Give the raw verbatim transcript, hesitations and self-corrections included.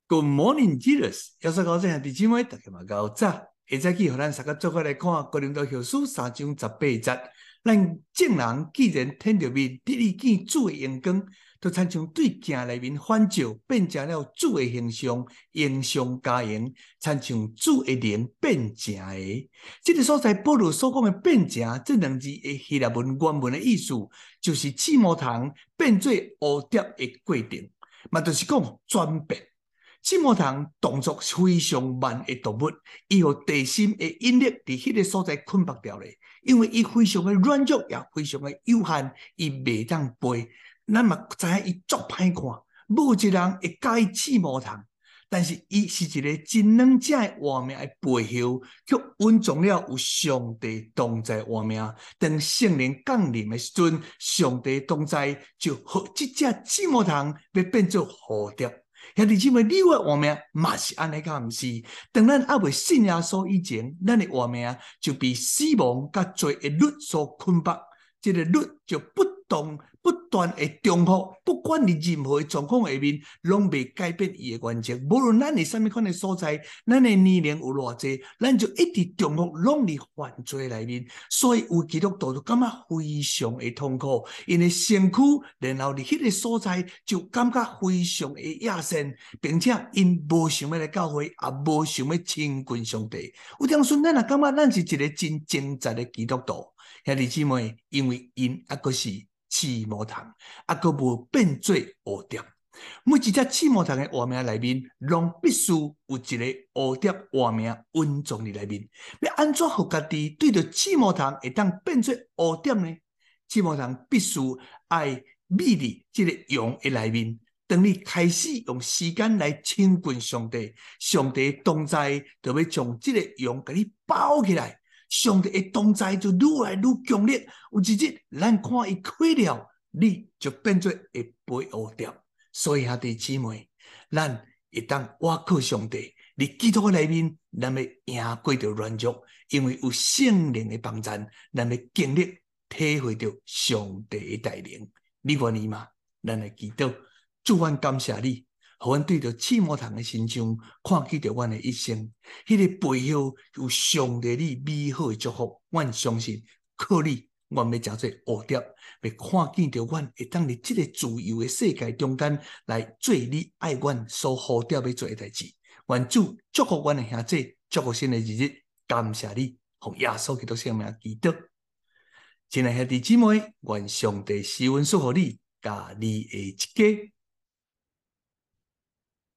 Good morning, Jesus。要说高这兄弟姊妹，大家嘛高早。下早起，互咱三个做伙来看《哥林多后书》三章十八节。咱正人既然天着面，得以见主的荣光，就亲像对镜内面反照，变成了主的形象，形象加形，亲像主的灵变成的。这个所在，保罗所讲的变成，这两字的希腊文原文的意思，就是刺毛糖变做蝴蝶的过程，嘛就是讲转变。刺毛虫动作非常慢的动物，伊互地心的引力伫迄个所在捆绑掉咧，因为伊非常的软弱，也非常的有限，伊袂当飞。咱嘛知影伊足歹看，无一人会介意刺毛虫，但是伊是一个真软者的活命的背后，却蕴藏了有上帝同在活命。当圣灵降临的时阵，上帝同在就互即只刺毛虫要变做蝴蝶。兄弟姊妹，你我活命嘛是安尼，甲毋是？当咱还未信耶稣以前，咱的活命就被死亡甲罪的律所捆绑。这个律就不动不断的重复，不管你任何的状况下面，拢未改变伊的原则。无论咱是啥物款的所在，咱的年龄有偌济，咱就一直重复拢伫犯罪内面。所以有基督徒就感觉非常的痛苦，因为身躯，然后伫迄个所在就感觉非常的野心，并且因无想要来教会，也无想要亲近上帝。有当时咱也感觉咱是一个真精湛的基督徒。兄弟姊妹，因为因还阁是刺毛虫，还阁无变做蝴蝶。每一只刺毛虫的活命内面，拢必须有一个蝴蝶活命蕴藏伫内面。要安怎互家己对着刺毛虫会当变做蝴蝶呢？刺毛虫必须爱秘伫这个羊的内面。当你开始用时间来亲近上帝，上帝同在就要将这个羊给你包起来。上帝的同在就愈来愈强烈，有一日咱看伊开了，你就变做会飞蝴蝶。所以兄弟姊妹，咱会当倚靠上帝，伫基督内面，咱要赢过着软弱，因为有圣灵的帮助，咱要经历体会着上帝的带领。你愿意吗？咱来祈祷，主，阮感谢你。互阮对着刺毛虫的身上，看见着阮的一生，迄、那个背后有上帝你美好的祝福。阮相信，靠你，阮要成做蝴蝶，要看见着阮会当伫这个自由的世界中间来做你爱阮所呼召要做的代志。愿主祝福阮的兄弟，祝福新的日子。感谢你，奉耶稣基督圣名祈祷。亲爱兄弟姊妹，愿上帝施恩赐予你，甲你的一家。